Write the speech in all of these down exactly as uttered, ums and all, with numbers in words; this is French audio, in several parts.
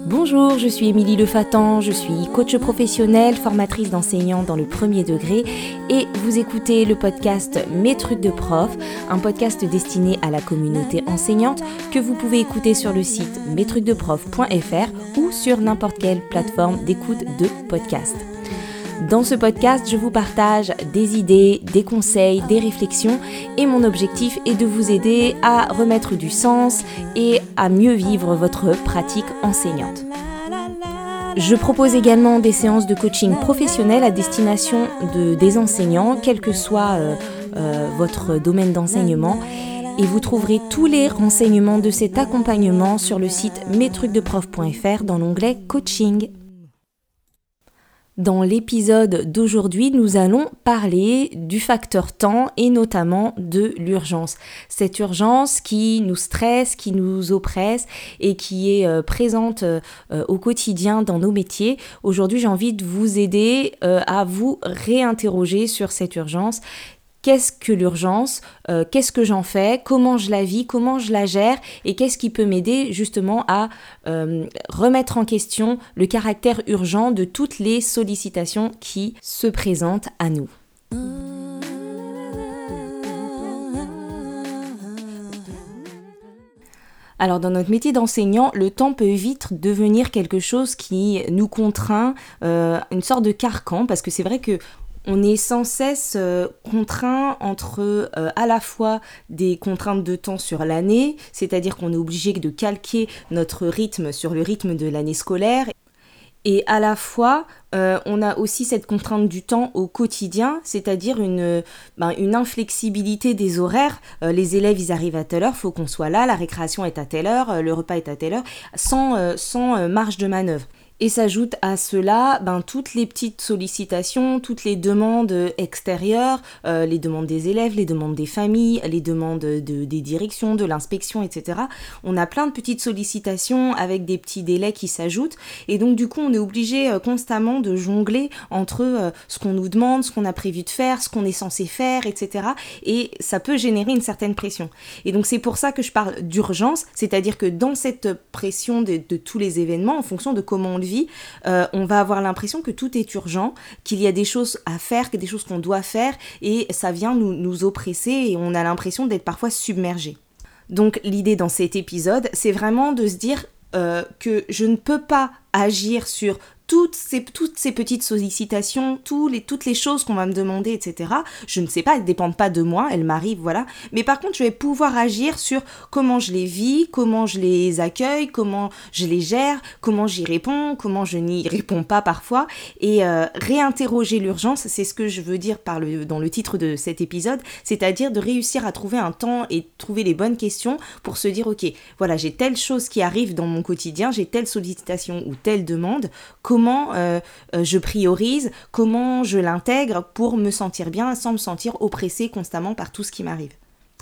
Bonjour, je suis Émilie Lefatan, je suis coach professionnelle, formatrice d'enseignants dans le premier degré et vous écoutez le podcast Mes trucs de prof, un podcast destiné à la communauté enseignante que vous pouvez écouter sur le site mes trucs de prof point f r ou sur n'importe quelle plateforme d'écoute de podcast. Dans ce podcast, je vous partage des idées, des conseils, des réflexions et mon objectif est de vous aider à remettre du sens et à mieux vivre votre pratique enseignante. Je propose également des séances de coaching professionnel à destination de, des enseignants, quel que soit euh, euh, votre domaine d'enseignement. Et vous trouverez tous les renseignements de cet accompagnement sur le site mes trucs de prof point f r dans l'onglet coaching. Dans l'épisode d'aujourd'hui, nous allons parler du facteur temps et notamment de l'urgence. Cette urgence qui nous stresse, qui nous oppresse et qui est euh, présente euh, au quotidien dans nos métiers. Aujourd'hui, j'ai envie de vous aider euh, à vous réinterroger sur cette urgence. Qu'est-ce que l'urgence ? euh, Qu'est-ce que j'en fais ? Comment je la vis ? Comment je la gère ? Et qu'est-ce qui peut m'aider justement à euh, remettre en question le caractère urgent de toutes les sollicitations qui se présentent à nous ? Alors dans notre métier d'enseignant, le temps peut vite devenir quelque chose qui nous contraint, euh, une sorte de carcan, parce que c'est vrai que on est sans cesse euh, contraint entre euh, à la fois des contraintes de temps sur l'année, c'est-à-dire qu'on est obligé de calquer notre rythme sur le rythme de l'année scolaire, et à la fois euh, on a aussi cette contrainte du temps au quotidien, c'est-à-dire une, ben, une inflexibilité des horaires. Euh, les élèves ils arrivent à telle heure, il faut qu'on soit là, la récréation est à telle heure, euh, le repas est à telle heure, sans, euh, sans euh, marge de manœuvre. Et s'ajoute à cela ben, toutes les petites sollicitations, toutes les demandes extérieures, euh, les demandes des élèves, les demandes des familles, les demandes de, des directions, de l'inspection, et cetera. On a plein de petites sollicitations avec des petits délais qui s'ajoutent. Et donc du coup, on est obligé euh, constamment de jongler entre euh, ce qu'on nous demande, ce qu'on a prévu de faire, ce qu'on est censé faire, et cetera. Et ça peut générer une certaine pression. Et donc c'est pour ça que je parle d'urgence, c'est-à-dire que dans cette pression de, de tous les événements, en fonction de comment on le vie, euh, on va avoir l'impression que tout est urgent, qu'il y a des choses à faire, que des choses qu'on doit faire et ça vient nous, nous oppresser et on a l'impression d'être parfois submergé. Donc l'idée dans cet épisode, c'est vraiment de se dire euh, que je ne peux pas agir sur toutes ces, toutes ces petites sollicitations, tous les, toutes les choses qu'on va me demander, et cetera. Je ne sais pas, elles ne dépendent pas de moi, elles m'arrivent, voilà. Mais par contre, je vais pouvoir agir sur comment je les vis, comment je les accueille, comment je les gère, comment j'y réponds, comment je n'y réponds pas parfois. Et euh, réinterroger l'urgence, c'est ce que je veux dire par le, dans le titre de cet épisode, c'est-à-dire de réussir à trouver un temps et trouver les bonnes questions pour se dire, ok, voilà, j'ai telle chose qui arrive dans mon quotidien, j'ai telle sollicitation ou telle demande, comment Comment euh, euh, je priorise, comment je l'intègre pour me sentir bien sans me sentir oppressée constamment par tout ce qui m'arrive.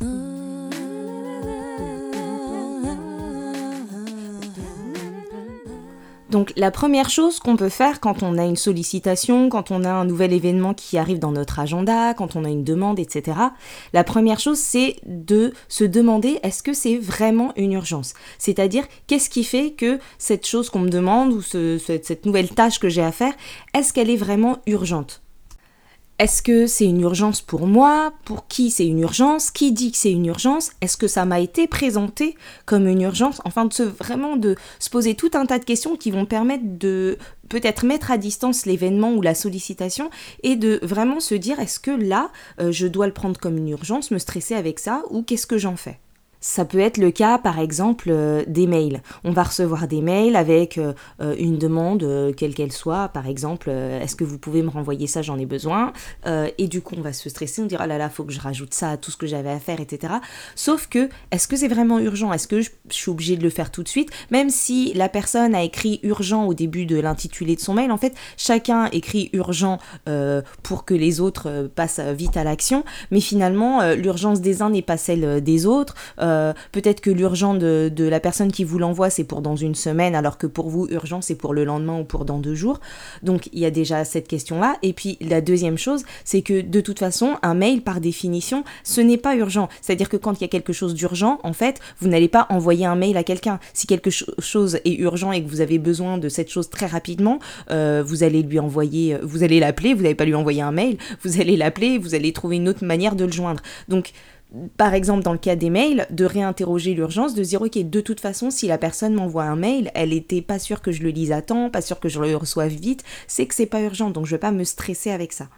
Donc la première chose qu'on peut faire quand on a une sollicitation, quand on a un nouvel événement qui arrive dans notre agenda, quand on a une demande, et cetera, la première chose c'est de se demander est-ce que c'est vraiment une urgence ? C'est-à-dire qu'est-ce qui fait que cette chose qu'on me demande ou ce, ce, cette nouvelle tâche que j'ai à faire, est-ce qu'elle est vraiment urgente ? Est-ce que c'est une urgence pour moi ? Pour qui c'est une urgence ? Qui dit que c'est une urgence ? Est-ce que ça m'a été présenté comme une urgence ? Enfin, de se, vraiment de se poser tout un tas de questions qui vont permettre de peut-être mettre à distance l'événement ou la sollicitation et de vraiment se dire est-ce que là, euh, je dois le prendre comme une urgence, me stresser avec ça ou qu'est-ce que j'en fais ? Ça peut être le cas, par exemple, euh, des mails. On va recevoir des mails avec euh, une demande, euh, quelle qu'elle soit. Par exemple, euh, est-ce que vous pouvez me renvoyer ça, j'en ai besoin. Euh, et du coup, on va se stresser, on dira, oh là là, faut que je rajoute ça à tout ce que j'avais à faire, et cetera. Sauf que, est-ce que c'est vraiment urgent ? Est-ce que je, je suis obligée de le faire tout de suite ? Même si la personne a écrit urgent au début de l'intitulé de son mail, en fait, chacun écrit urgent euh, pour que les autres euh, passent vite à l'action. Mais finalement, euh, l'urgence des uns n'est pas celle des autres. Euh, euh, peut-être que l'urgent de, de la personne qui vous l'envoie, c'est pour dans une semaine, alors que pour vous, urgent, c'est pour le lendemain ou pour dans deux jours. Donc, il y a déjà cette question-là. Et puis, la deuxième chose, c'est que de toute façon, un mail, par définition, ce n'est pas urgent. C'est-à-dire que quand il y a quelque chose d'urgent, en fait, vous n'allez pas envoyer un mail à quelqu'un. Si quelque cho- chose est urgent et que vous avez besoin de cette chose très rapidement, euh, vous allez lui envoyer, vous allez l'appeler, vous n'allez pas lui envoyer un mail, vous allez l'appeler, vous allez trouver une autre manière de le joindre. Donc, par exemple, dans le cas des mails, de réinterroger l'urgence, de se dire, ok, de toute façon, si la personne m'envoie un mail, elle était pas sûre que je le lise à temps, pas sûre que je le reçoive vite, c'est que c'est pas urgent, donc je vais pas me stresser avec ça.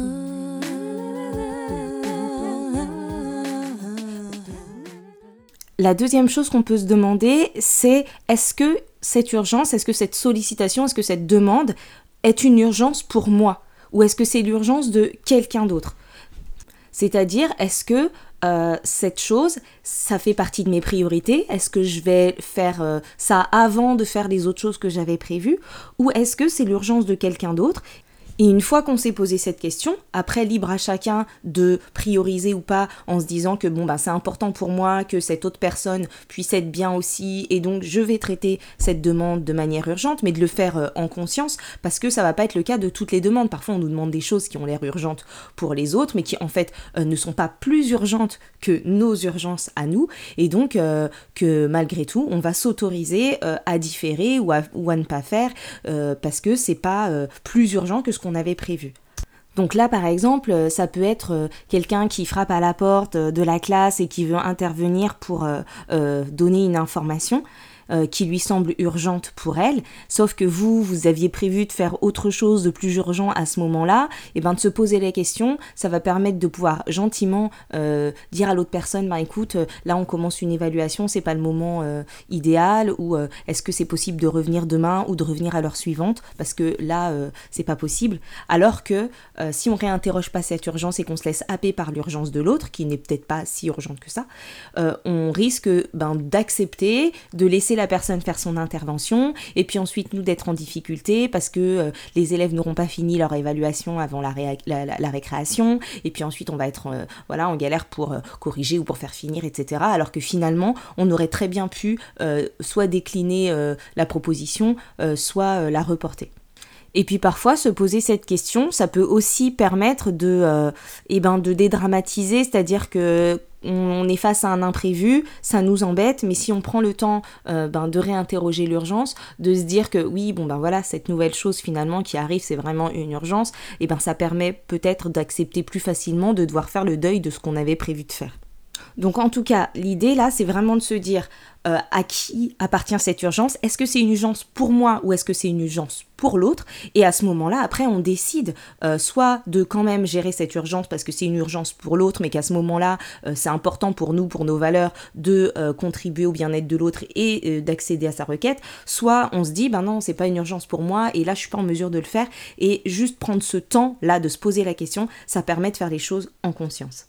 La deuxième chose qu'on peut se demander, c'est est-ce que cette urgence, est-ce que cette sollicitation, est-ce que cette demande est une urgence pour moi ? Ou est-ce que c'est l'urgence de quelqu'un d'autre ? C'est-à-dire, est-ce que euh, cette chose, ça fait partie de mes priorités ? Est-ce que je vais faire euh, ça avant de faire les autres choses que j'avais prévues ? Ou est-ce que c'est l'urgence de quelqu'un d'autre ? Et une fois qu'on s'est posé cette question, après libre à chacun de prioriser ou pas en se disant que bon bah c'est important pour moi que cette autre personne puisse être bien aussi et donc je vais traiter cette demande de manière urgente, mais de le faire euh, en conscience parce que ça va pas être le cas de toutes les demandes. Parfois on nous demande des choses qui ont l'air urgentes pour les autres mais qui en fait euh, ne sont pas plus urgentes que nos urgences à nous et donc euh, que malgré tout on va s'autoriser euh, à différer ou à, ou à ne pas faire euh, parce que c'est pas euh, plus urgent que ce qu'on avait prévu. Donc là, par exemple, ça peut être quelqu'un qui frappe à la porte de la classe et qui veut intervenir pour euh, euh, donner une information euh, qui lui semble urgente pour elle, sauf que vous, vous aviez prévu de faire autre chose de plus urgent à ce moment-là, et ben de se poser les questions, ça va permettre de pouvoir gentiment euh, dire à l'autre personne, ben écoute, là on commence une évaluation, c'est pas le moment euh, idéal, ou euh, est-ce que c'est possible de revenir demain ou de revenir à l'heure suivante, parce que là euh, c'est pas possible, alors que euh, si on réinterroge pas cette urgence et qu'on se laisse happer par l'urgence de l'autre, qui n'est peut-être pas si urgente que ça, euh, on risque ben, d'accepter, de laisser la personne faire son intervention, et puis ensuite nous d'être en difficulté parce que euh, les élèves n'auront pas fini leur évaluation avant la, ré- la, la, la récréation, et puis ensuite on va être euh, voilà, en galère pour euh, corriger ou pour faire finir, et cetera. Alors que finalement, on aurait très bien pu euh, soit décliner euh, la proposition, euh, soit euh, la reporter. Et puis parfois, se poser cette question, ça peut aussi permettre de, euh, eh ben, de dédramatiser, c'est-à-dire que on est face à un imprévu, ça nous embête, mais si on prend le temps euh, ben, de réinterroger l'urgence, de se dire que oui, bon ben voilà, cette nouvelle chose finalement qui arrive, c'est vraiment une urgence, et ben ça permet peut-être d'accepter plus facilement de devoir faire le deuil de ce qu'on avait prévu de faire. Donc en tout cas, l'idée là, c'est vraiment de se dire euh, à qui appartient cette urgence. Est-ce que c'est une urgence pour moi ou est-ce que c'est une urgence pour l'autre ? Et à ce moment-là, après, on décide euh, soit de quand même gérer cette urgence parce que c'est une urgence pour l'autre, mais qu'à ce moment-là, euh, c'est important pour nous, pour nos valeurs, de euh, contribuer au bien-être de l'autre et euh, d'accéder à sa requête. Soit on se dit, ben non, c'est pas une urgence pour moi et là, je suis pas en mesure de le faire. Et juste prendre ce temps-là de se poser la question, ça permet de faire les choses en conscience.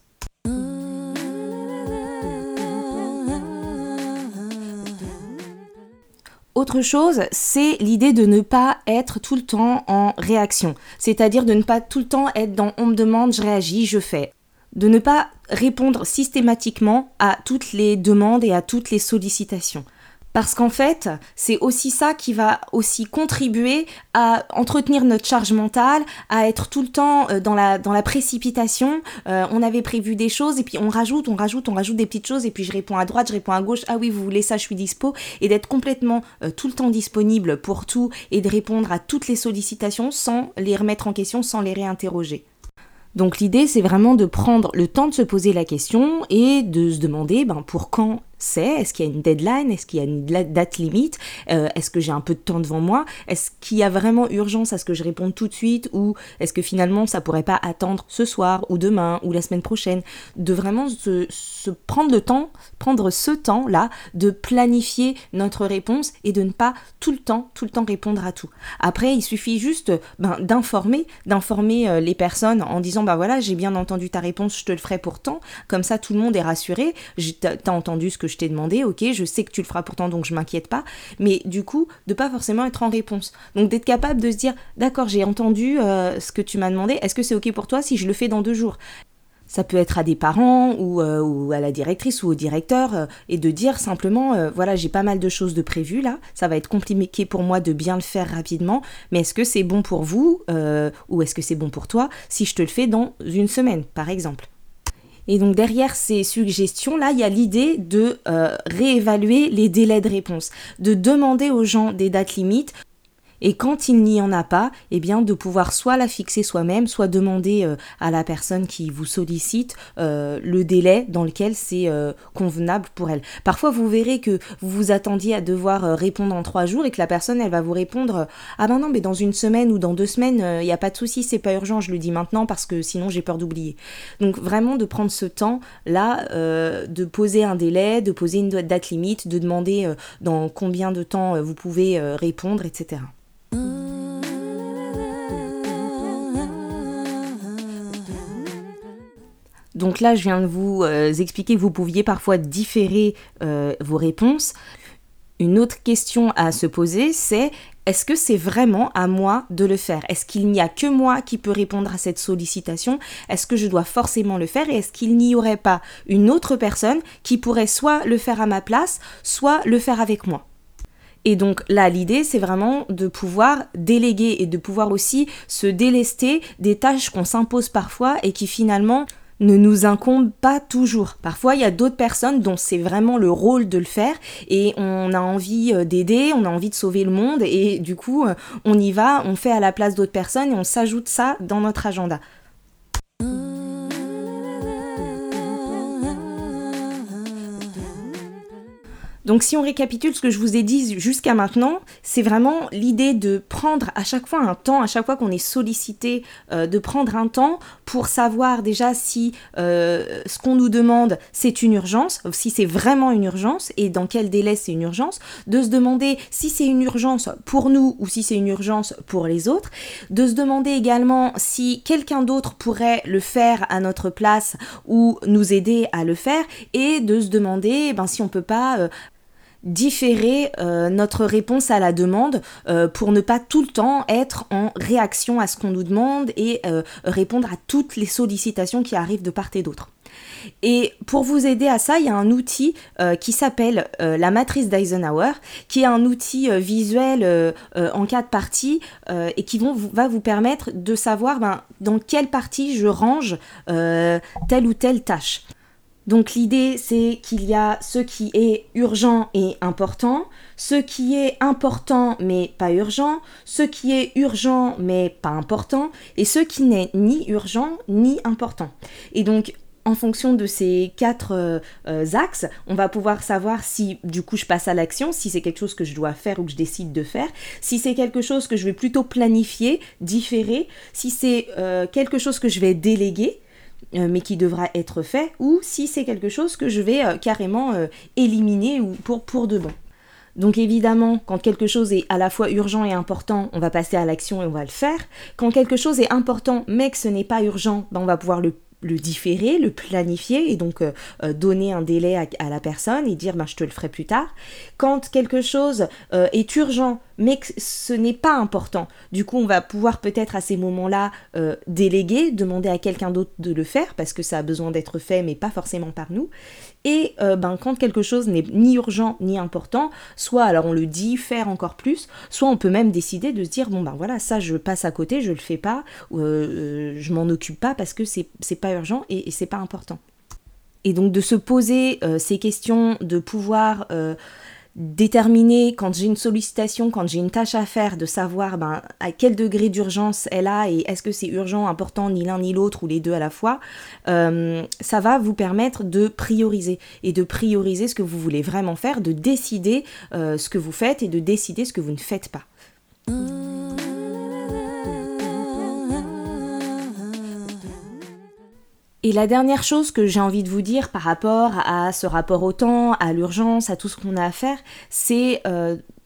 Autre chose, c'est l'idée de ne pas être tout le temps en réaction. C'est-à-dire de ne pas tout le temps être dans « on me demande, je réagis, je fais ». De ne pas répondre systématiquement à toutes les demandes et à toutes les sollicitations. Parce qu'en fait, c'est aussi ça qui va aussi contribuer à entretenir notre charge mentale, à être tout le temps dans la, dans la précipitation. Euh, on avait prévu des choses et puis on rajoute, on rajoute, on rajoute des petites choses et puis je réponds à droite, je réponds à gauche. Ah oui, vous voulez ça, je suis dispo. Et d'être complètement euh, tout le temps disponible pour tout et de répondre à toutes les sollicitations sans les remettre en question, sans les réinterroger. Donc l'idée, c'est vraiment de prendre le temps de se poser la question et de se demander ben, pour quand c'est, est-ce qu'il y a une deadline, est-ce qu'il y a une date limite, euh, est-ce que j'ai un peu de temps devant moi, est-ce qu'il y a vraiment urgence à ce que je réponde tout de suite ou est-ce que finalement ça pourrait pas attendre ce soir ou demain ou la semaine prochaine, de vraiment se, se prendre le temps, prendre ce temps-là de planifier notre réponse et de ne pas tout le temps, tout le temps répondre à tout. Après, il suffit juste ben, d'informer, d'informer euh, les personnes en disant bah voilà, j'ai bien entendu ta réponse, je te le ferai pourtant, comme ça tout le monde est rassuré, j'ai, t'as, t'as entendu ce que je t'ai demandé, ok, je sais que tu le feras pourtant donc je m'inquiète pas, mais du coup de pas forcément être en réponse. Donc d'être capable de se dire d'accord, j'ai entendu euh, ce que tu m'as demandé, est-ce que c'est ok pour toi si je le fais dans deux jours ? Ça peut être à des parents ou, euh, ou à la directrice ou au directeur euh, et de dire simplement, euh, voilà, j'ai pas mal de choses de prévues là, ça va être compliqué pour moi de bien le faire rapidement, mais est-ce que c'est bon pour vous euh, ou est-ce que c'est bon pour toi si je te le fais dans une semaine, par exemple? Et donc derrière ces suggestions-là, il y a l'idée de euh, réévaluer les délais de réponse, de demander aux gens des dates limites. Et quand il n'y en a pas, eh bien de pouvoir soit la fixer soi-même, soit demander euh, à la personne qui vous sollicite euh, le délai dans lequel c'est euh, convenable pour elle. Parfois, vous verrez que vous vous attendiez à devoir euh, répondre en trois jours et que la personne, elle va vous répondre euh, ah ben non, mais dans une semaine ou dans deux semaines, il euh, n'y a pas de souci, c'est pas urgent, je le dis maintenant parce que sinon j'ai peur d'oublier. Donc vraiment de prendre ce temps-là, euh, de poser un délai, de poser une date limite, de demander euh, dans combien de temps euh, vous pouvez euh, répondre, et cetera. Donc là, je viens de vous euh, expliquer que vous pouviez parfois différer euh, vos réponses. Une autre question à se poser, c'est est-ce que c'est vraiment à moi de le faire? Est-ce qu'il n'y a que moi qui peux répondre à cette sollicitation? Est-ce que je dois forcément le faire? Et est-ce qu'il n'y aurait pas une autre personne qui pourrait soit le faire à ma place, soit le faire avec moi? Et donc là, l'idée, c'est vraiment de pouvoir déléguer et de pouvoir aussi se délester des tâches qu'on s'impose parfois et qui finalement ne nous incombent pas toujours. Parfois, il y a d'autres personnes dont c'est vraiment le rôle de le faire et on a envie d'aider, on a envie de sauver le monde et du coup, on y va, on fait à la place d'autres personnes et on s'ajoute ça dans notre agenda. Donc si on récapitule ce que je vous ai dit jusqu'à maintenant, c'est vraiment l'idée de prendre à chaque fois un temps, à chaque fois qu'on est sollicité, euh, de prendre un temps pour savoir déjà si euh, ce qu'on nous demande c'est une urgence, si c'est vraiment une urgence et dans quel délai c'est une urgence, de se demander si c'est une urgence pour nous ou si c'est une urgence pour les autres, de se demander également si quelqu'un d'autre pourrait le faire à notre place ou nous aider à le faire et de se demander ben, si on peut pas... Euh, différer euh, notre réponse à la demande euh, pour ne pas tout le temps être en réaction à ce qu'on nous demande et euh, répondre à toutes les sollicitations qui arrivent de part et d'autre. Et pour vous aider à ça, il y a un outil euh, qui s'appelle euh, la matrice d'Eisenhower, qui est un outil euh, visuel euh, euh, en quatre parties euh, et qui vont, va vous permettre de savoir ben, dans quelle partie je range euh, telle ou telle tâche. Donc l'idée, c'est qu'il y a ce qui est urgent et important, ce qui est important mais pas urgent, ce qui est urgent mais pas important, et ce qui n'est ni urgent ni important. Et donc, en fonction de ces quatre euh, euh, axes, on va pouvoir savoir si du coup je passe à l'action, si c'est quelque chose que je dois faire ou que je décide de faire, si c'est quelque chose que je vais plutôt planifier, différer, si c'est euh, quelque chose que je vais déléguer, Euh, mais qui devra être fait, ou si c'est quelque chose que je vais euh, carrément euh, éliminer ou pour, pour de bon. Donc évidemment, quand quelque chose est à la fois urgent et important, on va passer à l'action et on va le faire. Quand quelque chose est important mais que ce n'est pas urgent, ben on va pouvoir le le différer, le planifier et donc euh, euh, donner un délai à, à la personne et dire ben, je te le ferai plus tard. Quand quelque chose euh, est urgent mais que ce n'est pas important, du coup on va pouvoir peut-être à ces moments-là euh, déléguer, demander à quelqu'un d'autre de le faire parce que ça a besoin d'être fait mais pas forcément par nous. Et euh, ben, quand quelque chose n'est ni urgent ni important, soit alors on le dit, faire encore plus, soit on peut même décider de se dire bon ben voilà, ça je passe à côté, je le fais pas, euh, je m'en occupe pas parce que c'est, c'est pas urgent et, et c'est pas important. Et donc de se poser euh, ces questions, de pouvoir euh, déterminer quand j'ai une sollicitation, quand j'ai une tâche à faire, de savoir ben, à quel degré d'urgence elle a et est-ce que c'est urgent, important, ni l'un ni l'autre ou les deux à la fois, euh, ça va vous permettre de prioriser et de prioriser ce que vous voulez vraiment faire, de décider euh, ce que vous faites et de décider ce que vous ne faites pas. Et la dernière chose que j'ai envie de vous dire par rapport à ce rapport au temps, à l'urgence, à tout ce qu'on a à faire, c'est euh,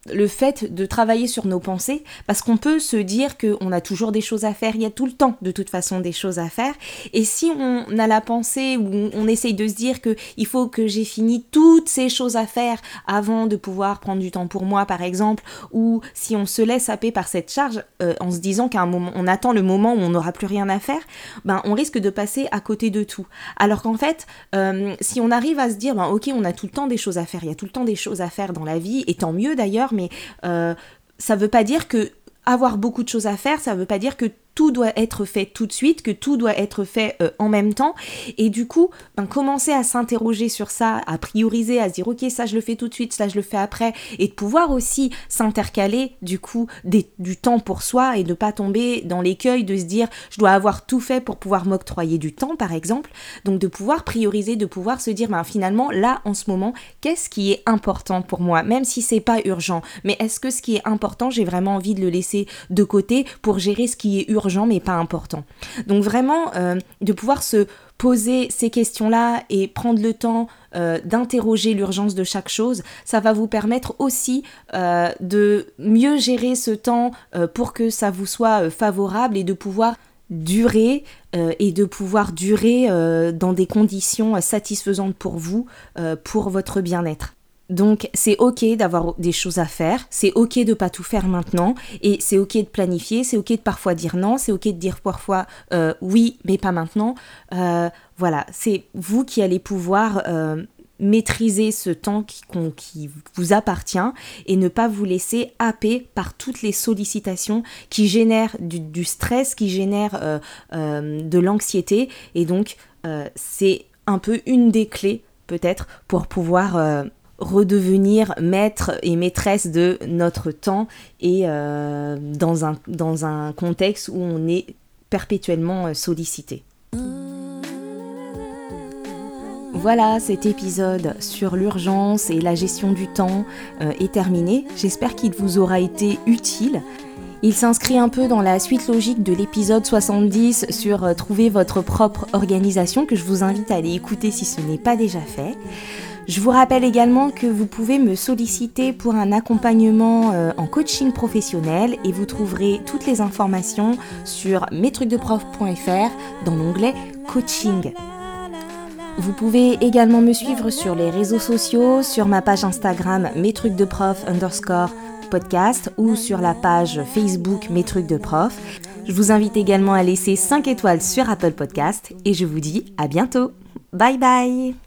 le fait de travailler sur nos pensées, parce qu'on peut se dire qu'on a toujours des choses à faire, il y a tout le temps de toute façon des choses à faire, et si on a la pensée où on essaye de se dire qu'il faut que j'ai fini toutes ces choses à faire avant de pouvoir prendre du temps pour moi par exemple, ou si on se laisse happer par cette charge euh, en se disant qu'à un moment, on attend le moment où on n'aura plus rien à faire, ben on risque de passer à côté de tout. Alors qu'en fait, euh, si on arrive à se dire, ben ok, on a tout le temps des choses à faire, il y a tout le temps des choses à faire dans la vie, et tant mieux d'ailleurs, mais euh, ça veut pas dire que avoir beaucoup de choses à faire, ça veut pas dire que tout doit être fait tout de suite, que tout doit être fait euh, en même temps. Et du coup, ben, commencer à s'interroger sur ça, à prioriser, à se dire ok, ça je le fais tout de suite, ça je le fais après, et de pouvoir aussi s'intercaler du coup des, du temps pour soi et de pas tomber dans l'écueil de se dire je dois avoir tout fait pour pouvoir m'octroyer du temps par exemple. Donc de pouvoir prioriser, de pouvoir se dire ben, finalement là en ce moment, qu'est-ce qui est important pour moi, même si c'est pas urgent, mais est-ce que ce qui est important, j'ai vraiment envie de le laisser de côté pour gérer ce qui est urgent mais pas important. Donc vraiment, euh, de pouvoir se poser ces questions-là et prendre le temps euh, d'interroger l'urgence de chaque chose, ça va vous permettre aussi euh, de mieux gérer ce temps euh, pour que ça vous soit euh, favorable et de pouvoir durer euh, et de pouvoir durer euh, dans des conditions euh, satisfaisantes pour vous, euh, pour votre bien-être. Donc c'est ok d'avoir des choses à faire, c'est ok de pas tout faire maintenant, et c'est ok de planifier, c'est ok de parfois dire non, c'est ok de dire parfois euh, oui mais pas maintenant. Euh, voilà, c'est vous qui allez pouvoir euh, maîtriser ce temps qui, qui vous appartient et ne pas vous laisser happer par toutes les sollicitations qui génèrent du, du stress, qui génèrent euh, euh, de l'anxiété, et donc euh, c'est un peu une des clés peut-être pour pouvoir euh, redevenir maître et maîtresse de notre temps et euh, dans, un, dans un contexte où on est perpétuellement sollicité. Voilà, cet épisode sur l'urgence et la gestion du temps euh, est terminé. J'espère qu'il vous aura été utile. Il s'inscrit un peu dans la suite logique de l'épisode soixante-dix sur euh, trouver votre propre organisation, que je vous invite à aller écouter si ce n'est pas déjà fait. Je vous rappelle également que vous pouvez me solliciter pour un accompagnement euh, en coaching professionnel, et vous trouverez toutes les informations sur mes trucs de prof point f r dans l'onglet coaching. Vous pouvez également me suivre sur les réseaux sociaux, sur ma page Instagram mes trucs de prof underscore podcast ou sur la page Facebook mes trucs de prof. Je vous invite également à laisser cinq étoiles sur Apple Podcast et je vous dis à bientôt. Bye bye.